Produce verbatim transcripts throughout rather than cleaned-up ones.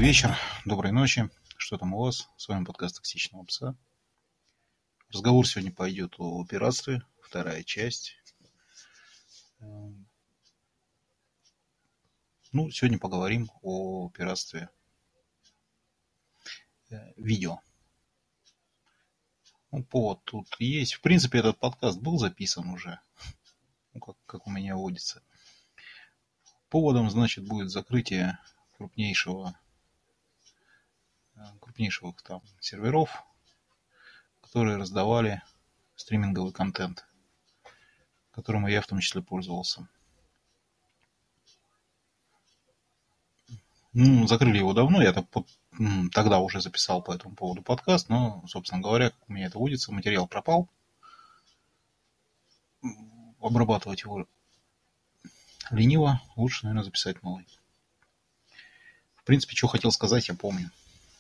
вечер, доброй ночи. Что там у вас? С вами подкаст «Токсичного пса». Разговор сегодня пойдет о пиратстве, вторая часть. Ну, сегодня поговорим о пиратстве видео. Ну, повод тут есть. В принципе, этот подкаст был записан уже, ну, как, как у меня водится. Поводом, значит, будет закрытие крупнейшего, крупнейших там серверов, которые раздавали стриминговый контент, которым я в том числе пользовался. Ну, закрыли его давно, я тогда уже записал по этому поводу подкаст, но, собственно говоря, как у меня это водится, материал пропал. Обрабатывать его лениво, лучше, наверное, записать новый. В принципе, что хотел сказать, я помню.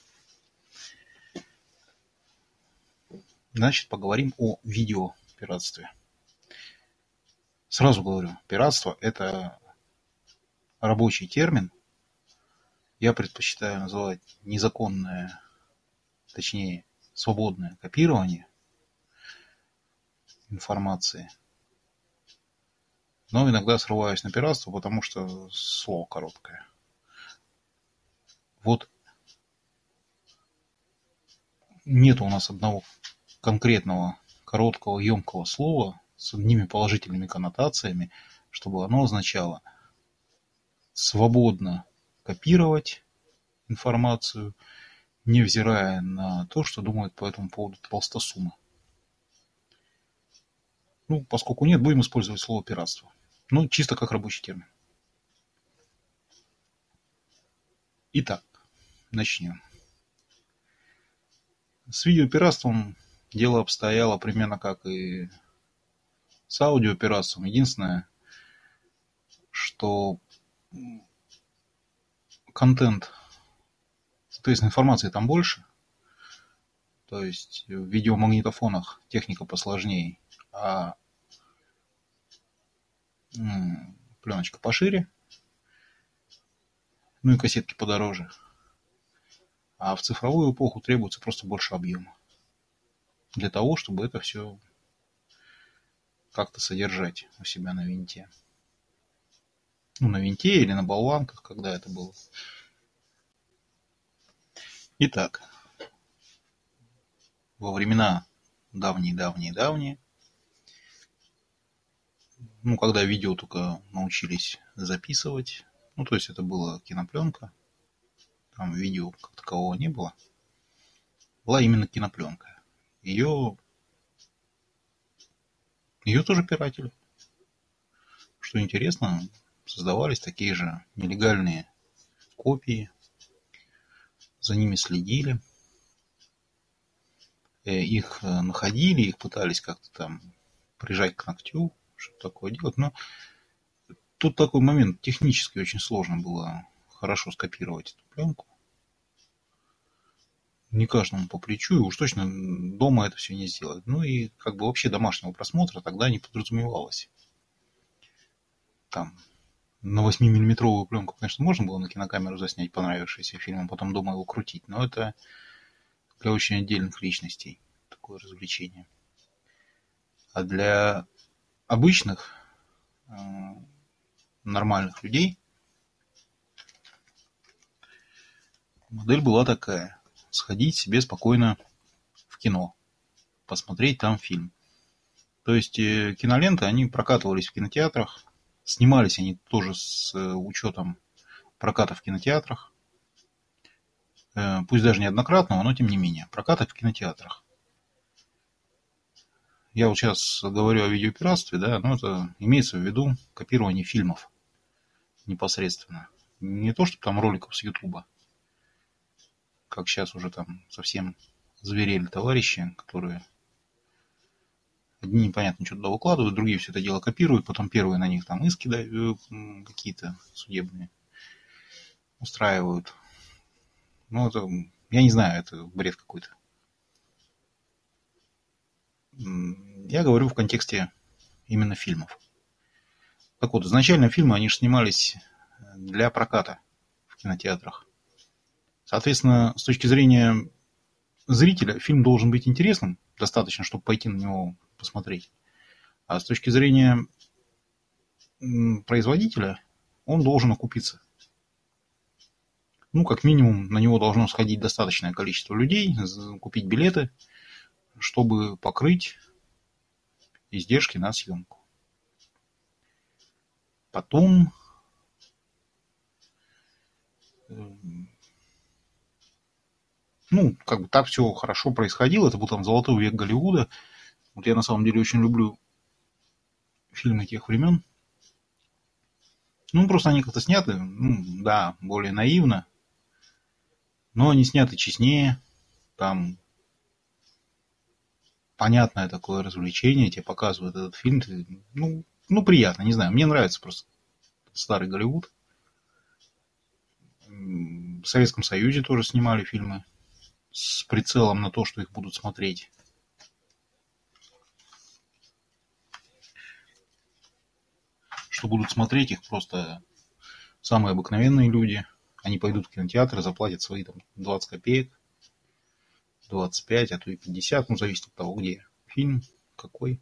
Значит, поговорим о видеопиратстве. Сразу говорю, пиратство – это рабочий термин. Я предпочитаю называть незаконное, точнее, свободное копирование информации. Но иногда срываюсь на пиратство, потому что слово короткое. Вот нет у нас одного конкретного, короткого, емкого слова с одними положительными коннотациями, чтобы оно означало свободно копировать информацию, невзирая на то, что думают по этому поводу толстосумы. Ну, поскольку нет, будем использовать слово пиратство. Ну, чисто как рабочий термин. Итак, начнем. С видеопиратством дело обстояло примерно как и с аудиопиратством. Единственное, что контент, соответственно, информации там больше. То есть в видеомагнитофонах техника посложнее, а пленочка пошире, ну и кассетки подороже. А в цифровую эпоху требуется просто больше объема для того, чтобы это все как-то содержать у себя на винте. Ну, на винте или на болванках, когда это было. Итак, во времена давние-давние-давние, ну, когда видео только научились записывать, ну, то есть это была кинопленка, там видео как такового не было, была именно кинопленка. Ее, ее тоже пиратели. Что интересно, создавались такие же нелегальные копии, за ними следили, их находили, их пытались как-то там прижать к ногтю, что-то такое делать, но тут такой момент, технически очень сложно было хорошо скопировать эту пленку. Не каждому по плечу, и уж точно дома это все не сделать. Ну и как бы вообще домашнего просмотра тогда не подразумевалось. Там на восьмимиллиметровую пленку, конечно, можно было на кинокамеру заснять понравившийся фильм, а потом дома его крутить, но это для очень отдельных личностей такое развлечение. А для обычных э, нормальных людей модель была такая: сходить себе спокойно в кино, посмотреть там фильм. То есть э, киноленты, они прокатывались в кинотеатрах, снимались они тоже с э, учетом проката в кинотеатрах, э, пусть даже неоднократного, но тем не менее, проката в кинотеатрах. Я вот сейчас говорю о видеопиратстве, да, но это имеется в виду копирование фильмов непосредственно. Не то, чтобы там роликов с Ютуба, как сейчас уже там совсем зверели товарищи, которые одни непонятно что туда выкладывают, другие все это дело копируют, потом первые на них там иски какие-то судебные устраивают. Ну, это, я не знаю, это бред какой-то. Я говорю в контексте именно фильмов. Так вот, изначально фильмы, они же снимались для проката в кинотеатрах. Соответственно, с точки зрения зрителя фильм должен быть интересным, достаточно, чтобы пойти на него посмотреть. А с точки зрения производителя, он должен окупиться. Ну, как минимум, на него должно сходить достаточное количество людей, купить билеты, чтобы покрыть издержки на съемку. Потом ну, как бы так все хорошо происходило. Это был там золотой век Голливуда. Вот я на самом деле очень люблю фильмы тех времен. Ну, просто они как-то сняты, ну, да, более наивно, но они сняты честнее. Там понятное такое развлечение, тебе показывают этот фильм. Ты, ну, ну, приятно, не знаю. Мне нравится просто старый Голливуд. В Советском Союзе тоже снимали фильмы с прицелом на то, что их будут смотреть. Что будут смотреть их просто самые обыкновенные люди. Они пойдут в кинотеатр, заплатят свои там двадцать копеек, двадцать пять, а то и пятьдесят, ну, зависит от того, где фильм, какой.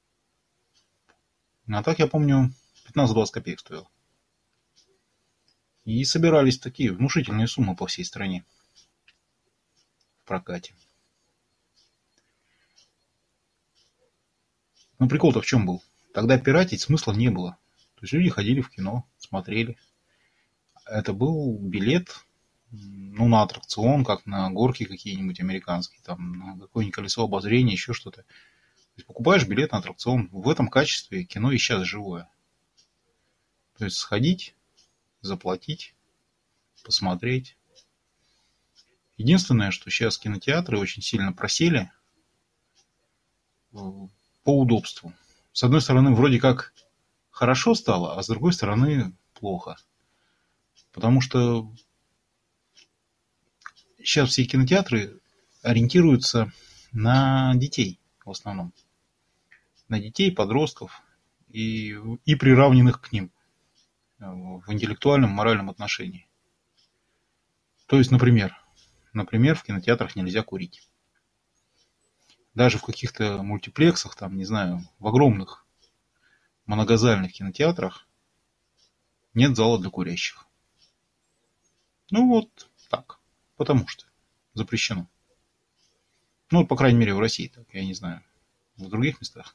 А так, я помню, пятнадцать-двадцать копеек стоил. И собирались такие внушительные суммы по всей стране в прокате. Но прикол-то в чем был? Тогда пиратить смысла не было. То есть люди ходили в кино, смотрели. Это был билет, ну, на аттракцион, как на горки какие-нибудь американские, там, на какое-нибудь колесо обозрения, еще что-то. То есть покупаешь билет на аттракцион. В этом качестве кино и сейчас живое. То есть сходить, заплатить, посмотреть. Единственное, что сейчас кинотеатры очень сильно просели по удобству. С одной стороны, вроде как хорошо стало, а с другой стороны, плохо. Потому что сейчас все кинотеатры ориентируются на детей в основном. На детей, подростков и, и приравненных к ним в интеллектуальном, моральном отношении. То есть, например, например, в кинотеатрах нельзя курить. Даже в каких-то мультиплексах, там, не знаю, в огромных многозальных кинотеатрах нет зала для курящих. Ну вот так. Потому что запрещено. Ну, по крайней мере, в России так, я не знаю. В других местах.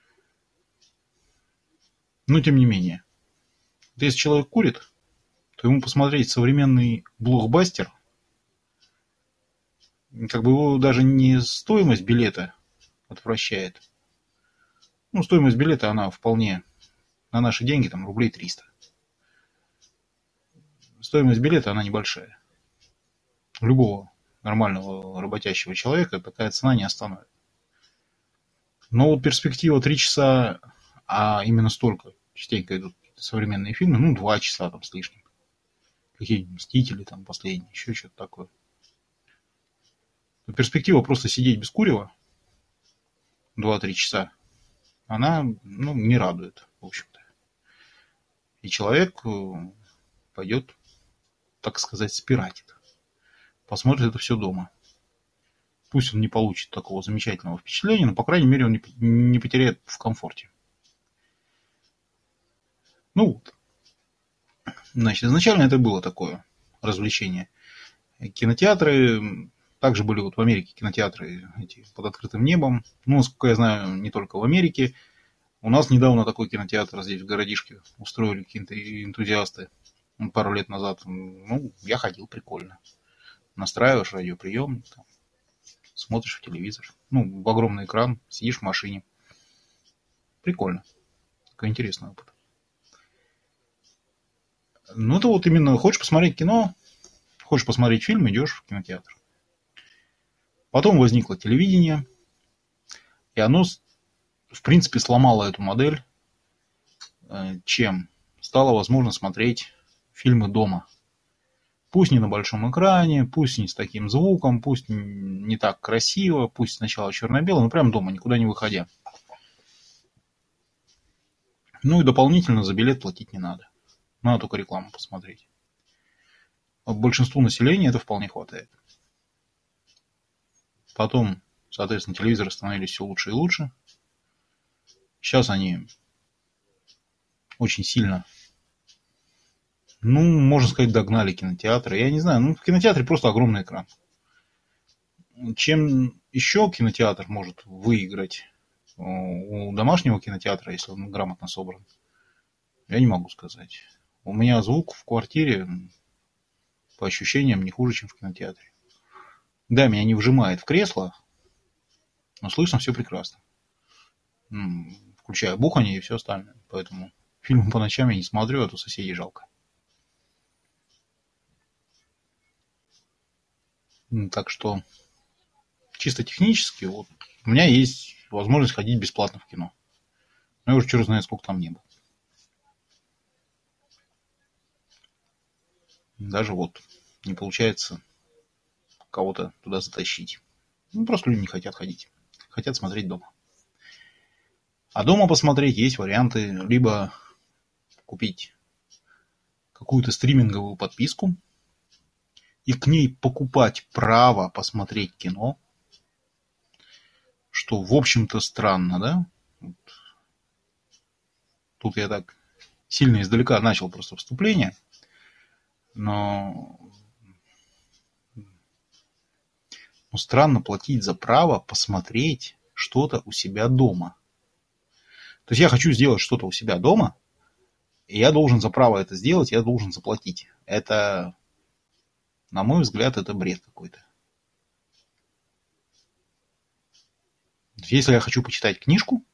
Но тем не менее. Если человек курит, то ему посмотреть современный блокбастер, как бы его даже не стоимость билета отвращает. Ну, стоимость билета, она вполне на наши деньги, там, рублей триста. Стоимость билета, она небольшая. Любого нормального работящего человека такая цена не остановит. Но вот перспектива три часа, а именно столько частенько идут современные фильмы, ну, два часа там с лишним. Какие-нибудь «Мстители» там последние, еще что-то такое. Но перспектива просто сидеть без курева два-три часа, она, ну, не радует, в общем-то. И человек пойдет, так сказать, спиратит. Посмотрит это все дома. Пусть он не получит такого замечательного впечатления, но, по крайней мере, он не потеряет в комфорте. Ну вот. Значит, изначально это было такое развлечение. Кинотеатры, также были вот в Америке кинотеатры эти, под открытым небом. Ну, насколько я знаю, не только в Америке. У нас недавно такой кинотеатр здесь в городишке устроили какие-то энтузиасты пару лет назад. Ну, я ходил, прикольно. Настраиваешь радиоприемник, там, смотришь в телевизор. Ну, в огромный экран, сидишь в машине. Прикольно. Такой интересный опыт. Ну, это вот именно, хочешь посмотреть кино, хочешь посмотреть фильм, идешь в кинотеатр. Потом возникло телевидение, и оно, в принципе, сломало эту модель, чем стало возможно смотреть фильмы дома. Пусть не на большом экране, пусть не с таким звуком, пусть не так красиво, пусть сначала черно-бело, но прям дома, никуда не выходя. Ну и дополнительно за билет платить не надо. Надо только рекламу посмотреть. большинству населения это вполне хватает. Потом, соответственно, телевизоры становились все лучше и лучше. Сейчас они очень сильно, ну, можно сказать, догнали кинотеатры. Я не знаю, ну, в кинотеатре просто огромный экран. Чем еще кинотеатр может выиграть у домашнего кинотеатра, если он грамотно собран, я не могу сказать. У меня звук в квартире, по ощущениям, не хуже, чем в кинотеатре. Да, меня не вжимает в кресло, но слышно все прекрасно. Включая бухание и все остальное. Поэтому фильмы по ночам я не смотрю, а то соседей жалко. Так что чисто технически вот, у меня есть возможность ходить бесплатно в кино. Но я уже черт знает, сколько там не было. Даже вот не получается кого-то туда затащить. Ну, просто люди не хотят ходить. Хотят смотреть дома. А дома посмотреть есть варианты. Либо купить какую-то стриминговую подписку и к ней покупать право посмотреть кино. Что, в общем-то, странно, да? Вот. Тут я так сильно издалека начал просто вступление. Но... но странно платить за право посмотреть что-то у себя дома. То есть я хочу сделать что-то у себя дома, и я должен за право это сделать, я должен заплатить. Это, на мой взгляд, это бред какой-то. Если я хочу почитать книжку,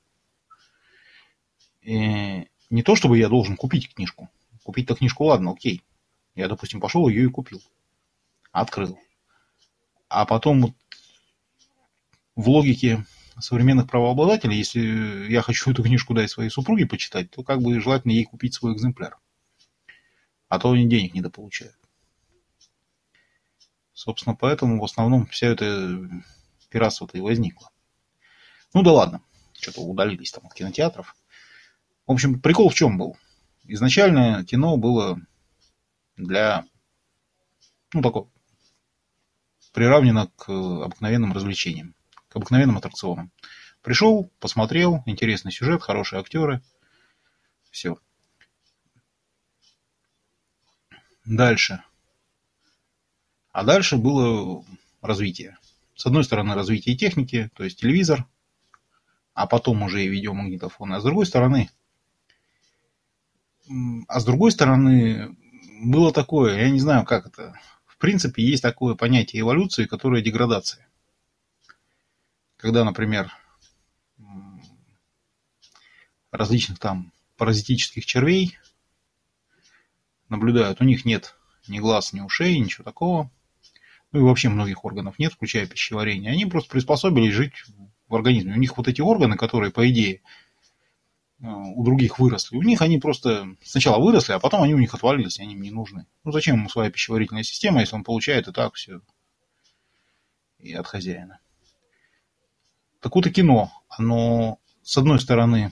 не то чтобы я должен купить книжку. Купить-то книжку, ладно, окей. Я, допустим, пошел ее и купил. Открыл. А потом вот в логике современных правообладателей, если я хочу эту книжку дать своей супруге почитать, то как бы желательно ей купить свой экземпляр. А то они денег недополучают. Собственно, поэтому в основном вся эта пиратство-то и возникло. Ну да ладно, что-то удалились там от кинотеатров. В общем, прикол в чем был? Изначально кино было для, ну, такого, приравнено к обыкновенным развлечениям, к обыкновенным аттракционам. Пришел, посмотрел, интересный сюжет, хорошие актеры, все. Дальше. А дальше было развитие. С одной стороны, развитие техники, то есть телевизор, а потом уже и видеомагнитофон. А с другой стороны, а с другой стороны, было такое, я не знаю, как это. В принципе, есть такое понятие эволюции, которое деградация. Когда, например, различных там паразитических червей наблюдают, у них нет ни глаз, ни ушей, ничего такого. Ну и вообще многих органов нет, включая пищеварение. Они просто приспособились жить в организме. У них вот эти органы, которые, по идее, у других выросли, у них они просто сначала выросли, а потом они у них отвалились, и они им не нужны. Ну зачем ему своя пищеварительная система, если он получает и так все и от хозяина. Так вот и кино, оно с одной стороны,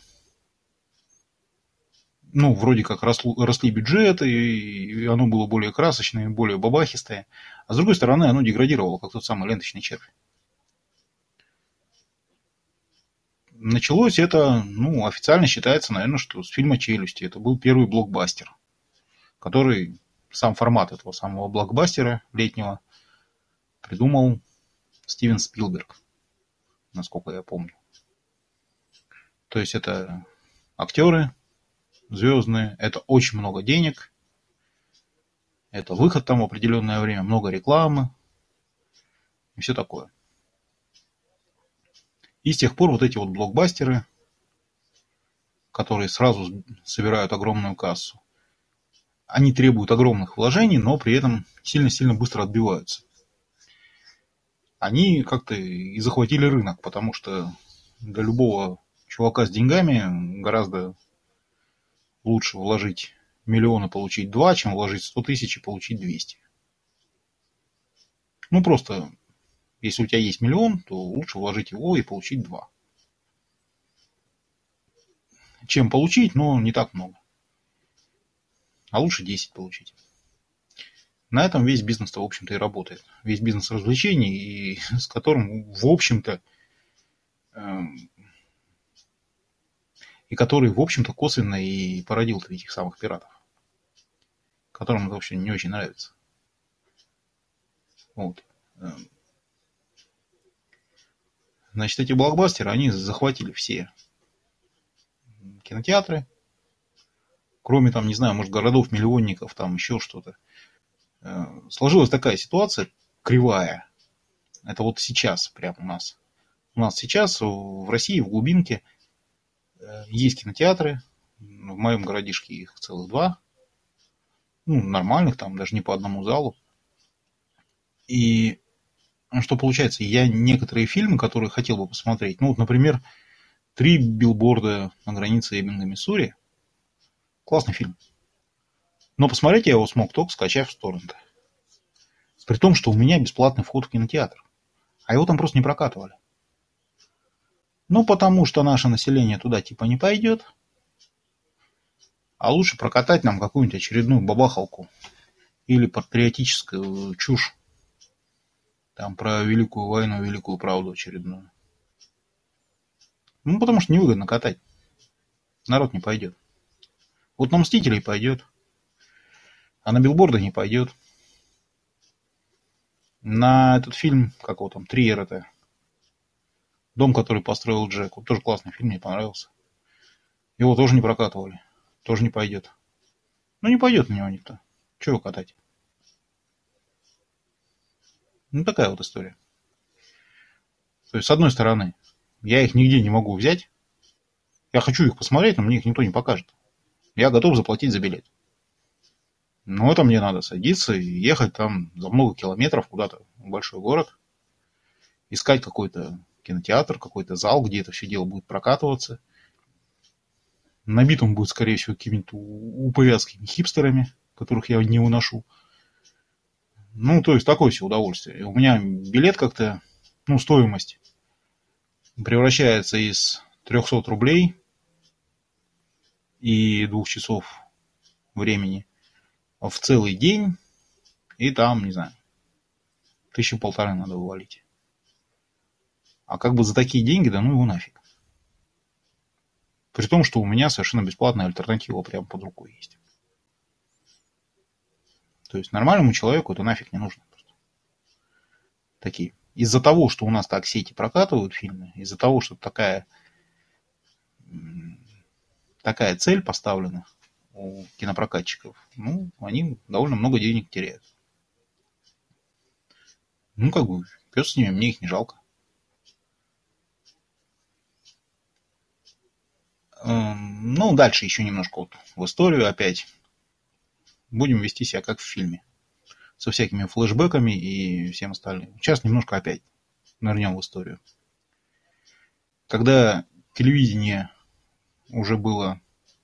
ну, вроде как росло, росли бюджеты, и оно было более красочное, более бабахистое, а с другой стороны оно деградировало, как тот самый ленточный червь. Началось это, ну, официально считается, наверное, что с фильма «Челюсти». Это был первый блокбастер, который, сам формат этого самого блокбастера летнего придумал Стивен Спилберг, насколько я помню. То есть это актеры звездные, это очень много денег, это выход там в определенное время, много рекламы и все такое. И с тех пор вот эти вот блокбастеры, которые сразу собирают огромную кассу, они требуют огромных вложений, но при этом сильно-сильно быстро отбиваются. Они как-то и захватили рынок, потому что для любого чувака с деньгами гораздо лучше вложить миллион и получить два, чем вложить сто тысяч и получить двести. Ну просто, если у тебя есть миллион, то лучше вложить его и получить два. Чем получить, но не так много. А лучше десять получить. На этом весь бизнес-то, в общем-то, и работает. Весь бизнес развлечений, и с которым, в общем-то, эм, и который, в общем-то, косвенно и породил этих самых пиратов, которым это вообще не очень нравится. Вот. Эм, Значит, эти блокбастеры, они захватили все кинотеатры, кроме, там, не знаю, может, городов-миллионников, там еще что-то. Э, Сложилась такая ситуация кривая. Это вот сейчас прямо у нас. У нас сейчас в России, в глубинке, э, есть кинотеатры. В моем городишке их целых два. Ну, нормальных, там даже не по одному залу. И что получается, я некоторые фильмы, которые хотел бы посмотреть, ну, вот, например, «Три билборда на границе Эббинга, Миссури». Классный фильм. Но посмотреть я его смог только скачав с торрента. При том, что у меня бесплатный вход в кинотеатр. А его там просто не прокатывали. Ну, потому что наше население туда типа не пойдет. А лучше прокатать нам какую-нибудь очередную бабахалку. Или патриотическую чушь. Там про Великую войну, Великую правду очередную. Ну, потому что невыгодно катать. Народ не пойдет. Вот на «Мстителей» пойдет. А на билборды не пойдет. На этот фильм, как его там, Триер это, «Дом, который построил Джек». Вот тоже классный фильм, мне понравился. Его тоже не прокатывали. Тоже не пойдет. Ну, не пойдет на него никто. Чего его катать? Ну, такая вот история. То есть, с одной стороны, я их нигде не могу взять. Я хочу их посмотреть, но мне их никто не покажет. Я готов заплатить за билет. Но это мне надо садиться и ехать там за много километров куда-то в большой город. Искать какой-то кинотеатр, какой-то зал, где это все дело будет прокатываться. Набит он будет, скорее всего, какими-то упыряцкими хипстерами, которых я не выношу. Ну, то есть, такое себе удовольствие. И у меня билет как-то, ну, стоимость превращается из трехсот рублей и двух часов времени в целый день, и там, не знаю, тысячу полторы надо вывалить. А как бы за такие деньги, да ну его нафиг. При том, что у меня совершенно бесплатная альтернатива прямо под рукой есть. То есть нормальному человеку это нафиг не нужно. Просто. Такие. Из-за того, что у нас так сети прокатывают фильмы, из-за того, что такая, такая цель поставлена у кинопрокатчиков, ну, они довольно много денег теряют. Ну, как бы, пес с ними, мне их не жалко. Ну, дальше еще немножко вот в историю опять. Будем вести себя как в фильме. Со всякими флешбэками и всем остальным. Сейчас немножко опять нырнем в историю. Когда телевидение уже было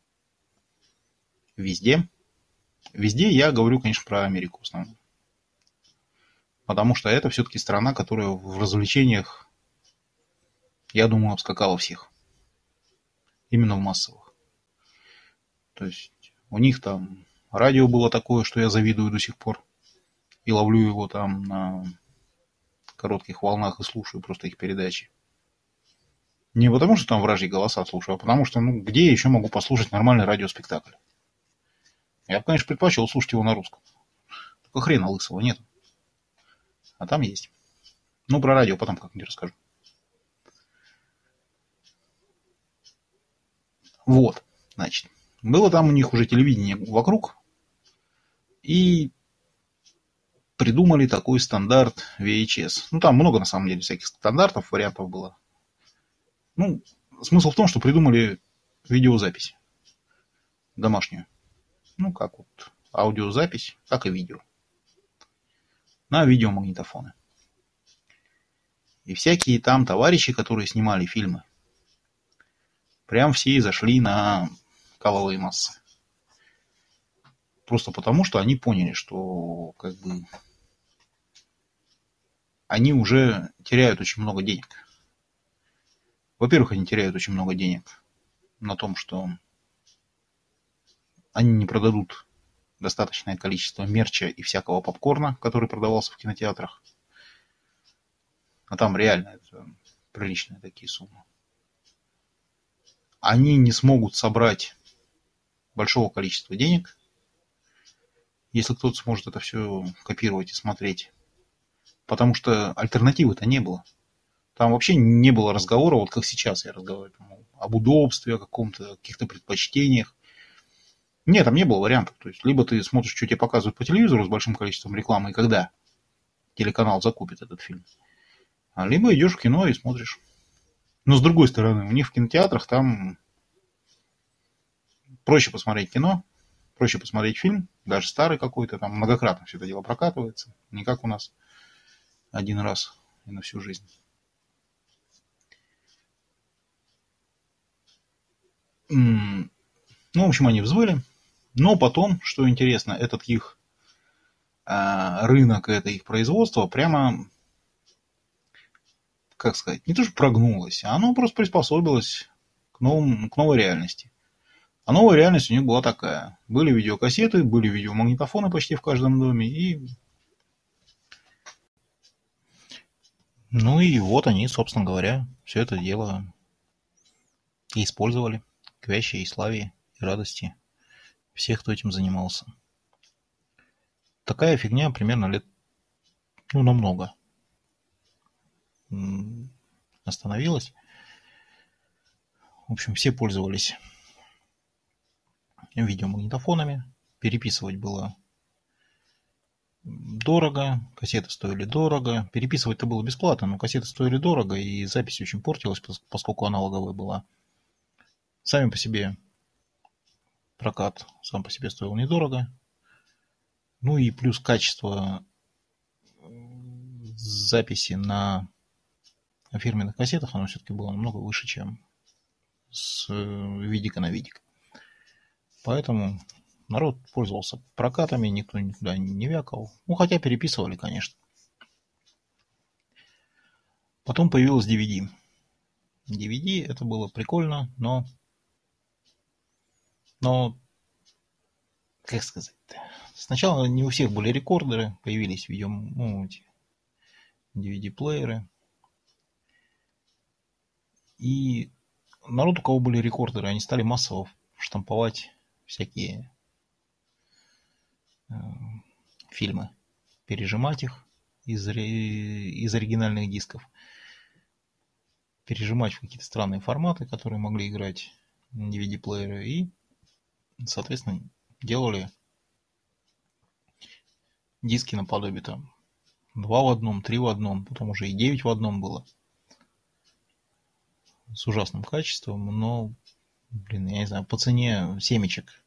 везде, везде я говорю, конечно, про Америку в основном. Потому что это все-таки страна, которая в развлечениях, я думаю, обскакала всех. Именно в массовых. То есть у них там радио было такое, что я завидую до сих пор. И ловлю его там на коротких волнах и слушаю просто их передачи. Не потому, что там вражьи голоса слушаю, а потому что, ну, где я еще могу послушать нормальный радиоспектакль? Я бы, конечно, предпочел слушать его на русском. Только хрена лысого нет. А там есть. Ну, про радио потом как-нибудь расскажу. Вот, значит. Было там у них уже телевидение вокруг. И придумали такой стандарт ви эйч эс. Ну, там много, на самом деле, всяких стандартов, вариантов было. Ну, смысл в том, что придумали видеозапись домашнюю. Ну, как вот аудиозапись, так и видео. На видеомагнитофоны. И всякие там товарищи, которые снимали фильмы, прям все зашли на каловые массы. Просто потому, что они поняли, что как бы они уже теряют очень много денег. Во-первых, они теряют очень много денег на том, что они не продадут достаточное количество мерча и всякого попкорна, который продавался в кинотеатрах. А там реально это приличные такие суммы. Они не смогут собрать большого количества денег, если кто-то сможет это все копировать и смотреть. Потому что альтернативы-то не было. Там вообще не было разговора, вот как сейчас я разговариваю, там, об удобстве, о каком-то, каких-то предпочтениях. Нет, там не было вариантов. То есть, либо ты смотришь, что тебе показывают по телевизору с большим количеством рекламы, и когда телеканал закупит этот фильм. А либо идешь в кино и смотришь. Но с другой стороны, у них в кинотеатрах там проще посмотреть кино, проще посмотреть фильм, даже старый какой-то, там многократно все это дело прокатывается. Не как у нас один раз и на всю жизнь. Ну, в общем, они взвыли. Но потом, что интересно, этот их э, рынок, это их производство прямо, как сказать, не то что прогнулось, а оно просто приспособилось к, новым, к новой реальности. А новая реальность у них была такая. Были видеокассеты, были видеомагнитофоны почти в каждом доме. И... Ну и вот они, собственно говоря, все это дело и использовали к вящей славе и радости всех, кто этим занимался. Такая фигня примерно лет, ну, намного остановилась. В общем, все пользовались видеомагнитофонами. Переписывать было дорого, кассеты стоили дорого. Переписывать-то было бесплатно, но кассеты стоили дорого, и запись очень портилась, поскольку аналоговая была. Сами по себе прокат сам по себе стоил недорого. Ну и плюс качество записи на фирменных кассетах, оно все-таки было намного выше, чем с видика на видик. Поэтому народ пользовался прокатами, никто никуда не вякал. Ну, хотя переписывали, конечно. Потом появилось ди ви ди. ди ви ди это было прикольно, но... Но... Как сказать-то? Сначала не у всех были рекордеры, появились видео... Ну, эти ди ви ди-плееры. И народ, у кого были рекордеры, они стали массово штамповать всякие э, фильмы, пережимать их из, из оригинальных дисков, пережимать в какие-то странные форматы, которые могли играть ди ви ди-плееры, и, соответственно, делали диски наподобие там два в одном, три в одном, потом уже и девять в одном было. С ужасным качеством, но, блин, я не знаю, по цене семечек.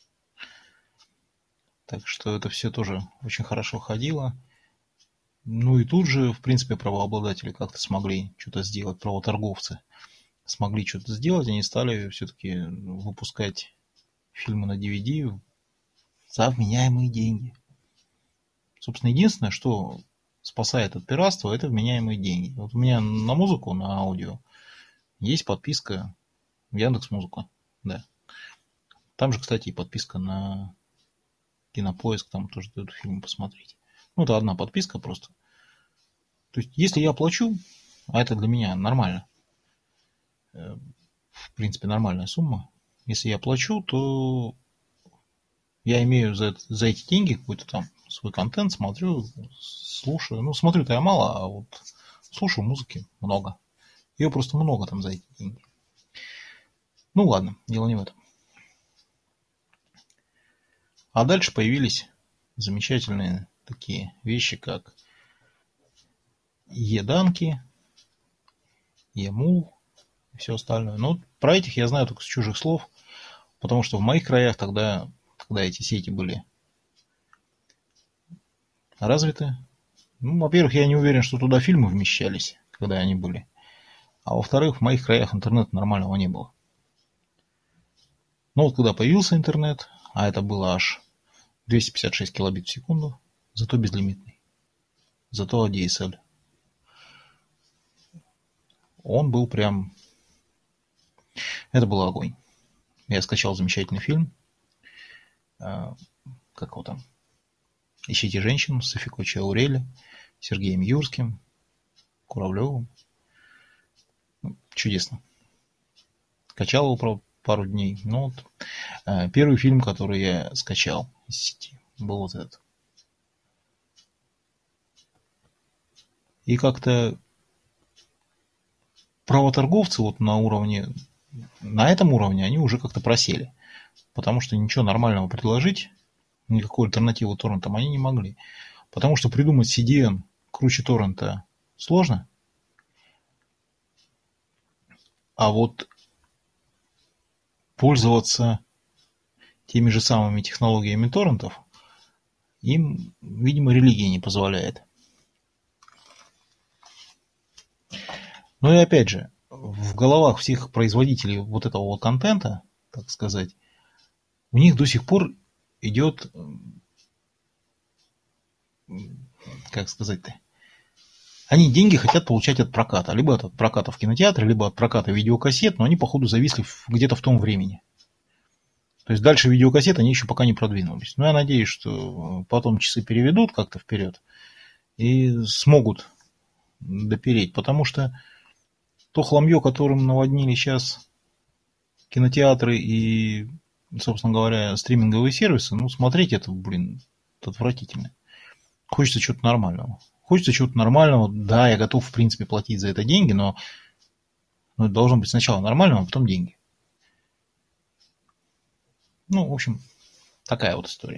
Так что это все тоже очень хорошо ходило. Ну и тут же, в принципе, правообладатели как-то смогли что-то сделать, правоторговцы смогли что-то сделать, они стали все-таки выпускать фильмы на ди ви ди за вменяемые деньги. Собственно, единственное, что спасает от пиратства, это вменяемые деньги. Вот у меня на музыку, на аудио есть подписка в Яндекс.Музыку, да. Там же, кстати, и подписка на Кинопоиск, там тоже дают фильм посмотреть. Ну, это одна подписка просто. То есть, если я плачу, а это для меня нормально, в принципе, нормальная сумма, если я плачу, то я имею за, за эти деньги какой-то там свой контент, смотрю, слушаю. Ну, смотрю-то я мало, а вот слушаю музыки много. Ее просто много там за эти деньги. Ну ладно, дело не в этом. А дальше появились замечательные такие вещи, как Еданки, Емул и все остальное. Но про этих я знаю только с чужих слов, потому что в моих краях тогда, когда эти сети были развиты, ну, во-первых, я не уверен, что туда фильмы вмещались, когда они были. А во-вторых, в моих краях интернета нормального не было. Но вот когда появился интернет, а это было аж двести пятьдесят шесть килобит в секунду, зато безлимитный, зато ди эс эл. Он был прям... Это был огонь. Я скачал замечательный фильм. как его там, «Ищите женщину» с Софикой Чаурели, Сергеем Юрским, Куравлевым. Чудесно. Скачал его, правда, пару дней. Ну, вот, э, первый фильм, который я скачал из сети, был вот этот. И как-то правоторговцы вот на уровне, на этом уровне они уже как-то просели. Потому что ничего нормального предложить, никакой альтернативы торрентам они не могли. Потому что придумать си ди эн круче торрента сложно. А вот пользоваться теми же самыми технологиями торрентов им, видимо, религия не позволяет. Ну и опять же, в головах всех производителей вот этого вот контента, так сказать, у них до сих пор идет, как сказать-то, они деньги хотят получать от проката. Либо от проката в кинотеатре, либо от проката видеокассет, но они, походу, зависли где-то в том времени. То есть дальше видеокассет они еще пока не продвинулись. Но я надеюсь, что потом часы переведут как-то вперед и смогут допереть. Потому что то хламье, которым наводнили сейчас кинотеатры и, собственно говоря, стриминговые сервисы, ну, смотреть это, блин, это отвратительно. Хочется чего-то нормального. Хочется чего-то нормального. Да, я готов, в принципе, платить за это деньги, но, но это должно быть сначала нормального, а потом деньги. Ну, в общем, такая вот история.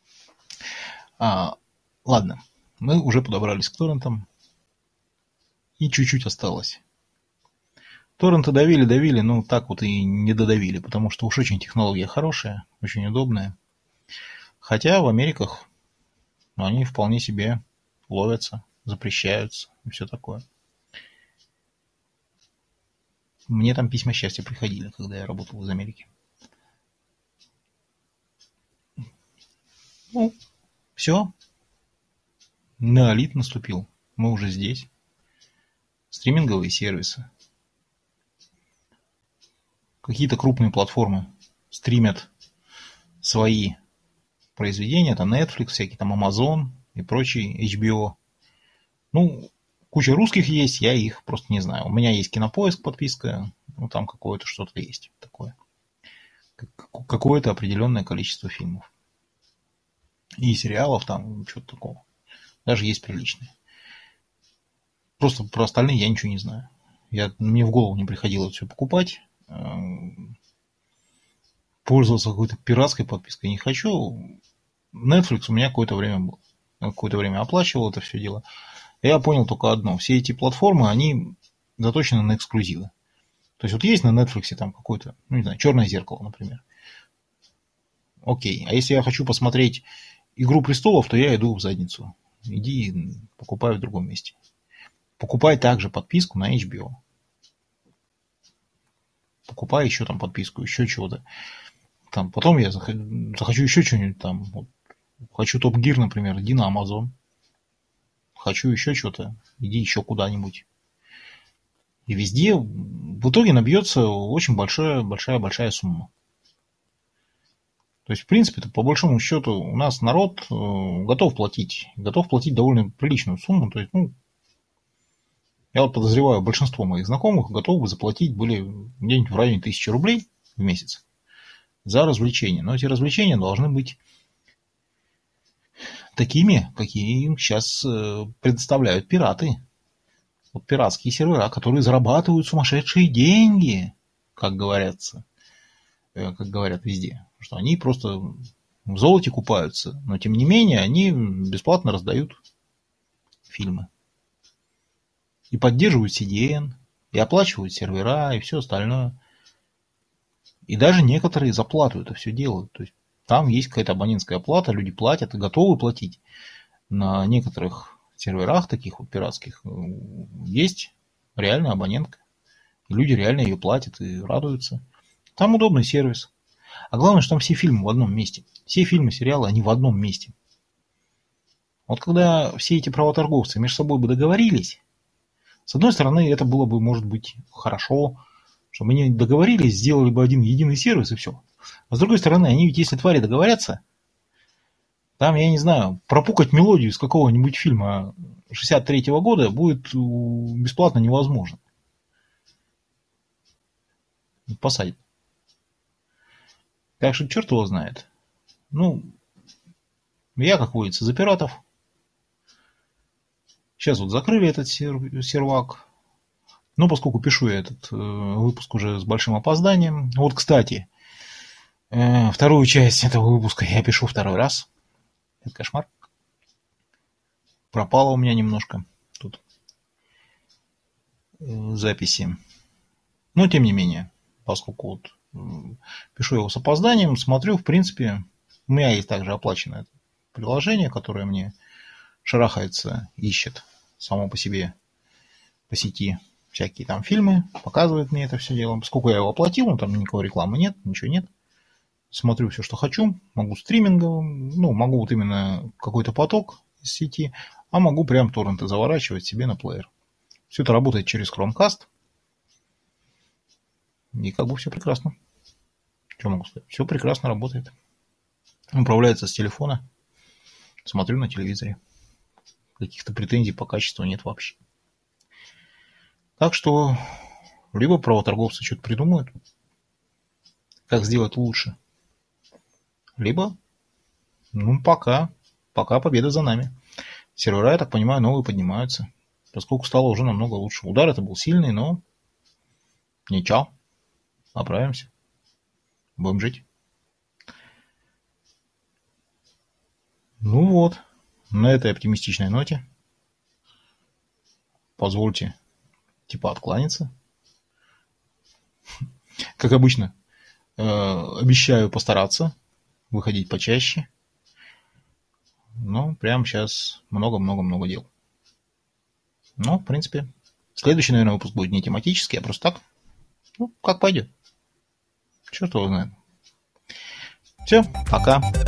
А, ладно, мы уже подобрались к торрентам. И чуть-чуть осталось. Торренты давили, давили, но так вот и не додавили, потому что уж очень технология хорошая, очень удобная. Хотя в Америках они вполне себе ловятся, запрещаются и все такое. Мне там письма счастья приходили, когда я работал из Америки. Ну, все. Неолит наступил. Мы уже здесь. Стриминговые сервисы. Какие-то крупные платформы стримят свои произведения. Там Netflix, всякие там Amazon и прочие, эйч би о. Ну, куча русских есть, я их просто не знаю. У меня есть Кинопоиск подписка, ну там какое-то что-то есть такое. Какое-то определенное количество фильмов. И сериалов там, что-то такого. Даже есть приличные. Просто про остальные я ничего не знаю. Я, мне в голову не приходило это все покупать. Пользоваться какой-то пиратской подпиской не хочу. Netflix у меня какое-то время был. Какое-то время оплачивал это все дело. Я понял только одно. Все эти платформы, они заточены на эксклюзивы. То есть вот есть на Netflix там какое-то, ну не знаю, «Черное зеркало», например. Окей. А если я хочу посмотреть «Игру престолов», то я иду в задницу. Иди покупай в другом месте. Покупай также подписку на эйч би о. Покупай еще там подписку, еще чего-то. Там, потом я захочу еще что-нибудь там. Вот, хочу Топ Гир, например, иди на Amazon. Хочу еще что-то, иди еще куда-нибудь. И везде в итоге набьется очень большая, большая, большая сумма. То есть, в принципе, по большому счету, у нас народ готов платить. Готов платить довольно приличную сумму. То есть, ну, я вот подозреваю, большинство моих знакомых готовы заплатить были где-нибудь в районе тысячи рублей в месяц за развлечения. Но эти развлечения должны быть такими, какие им сейчас предоставляют пираты. Вот пиратские сервера, которые зарабатывают сумасшедшие деньги, как говорятся, как говорят везде. Что они просто в золоте купаются, но тем не менее они бесплатно раздают фильмы. И поддерживают си ди эн, и оплачивают сервера, и все остальное. И даже некоторые за плату это все делают. То есть там есть какая-то абонентская плата, люди платят и готовы платить. На некоторых серверах таких вот пиратских есть реальная абонентка. И люди реально ее платят и радуются. Там удобный сервис. А главное, что там все фильмы в одном месте. Все фильмы, сериалы, они в одном месте. Вот когда все эти правоторговцы между собой бы договорились, с одной стороны, это было бы, может быть, хорошо, чтобы они договорились, сделали бы один единый сервис и все. А с другой стороны, они ведь, если твари договорятся, Там, я не знаю, пропукать мелодию из какого-нибудь фильма шестьдесят третьего года будет бесплатно невозможно. Посадят. Так что черт его знает. Ну, я, как водится, за пиратов. Сейчас вот закрыли этот сервак. Но поскольку пишу я этот э, выпуск уже с большим опозданием. Вот, кстати, э, вторую часть этого выпуска я пишу второй раз. Это кошмар. Пропало у меня немножко тут э, записи. Но, тем не менее, поскольку вот э, пишу его с опозданием, смотрю, в принципе, у меня есть также оплаченное приложение, которое мне шарахается, ищет само по себе по сети всякие там фильмы, показывает мне это все дело. Поскольку я его оплатил, ну, там никакой рекламы нет, ничего нет. Смотрю все, что хочу. Могу стриминговым, ну, могу вот именно какой-то поток из сети, а могу прям торренты заворачивать себе на плеер. Все это работает через Chromecast. И как бы все прекрасно. Что могу сказать? Все прекрасно работает. Управляется с телефона. Смотрю на телевизоре. Каких-то претензий по качеству нет вообще. Так что либо правоторговцы что-то придумают, как сделать лучше, либо, ну, пока, пока победа за нами. Сервера, я так понимаю, новые поднимаются, поскольку стало уже намного лучше. Удар это был сильный, но ничего, оправимся, будем жить. Ну вот, на этой оптимистичной ноте позвольте типа откланяться. Как обычно, э, обещаю постараться выходить почаще. Но прямо сейчас много-много-много дел. Ну, в принципе, следующий, наверное, выпуск будет не тематический, а просто так. Ну, как пойдет. Черт его знает. Все, пока.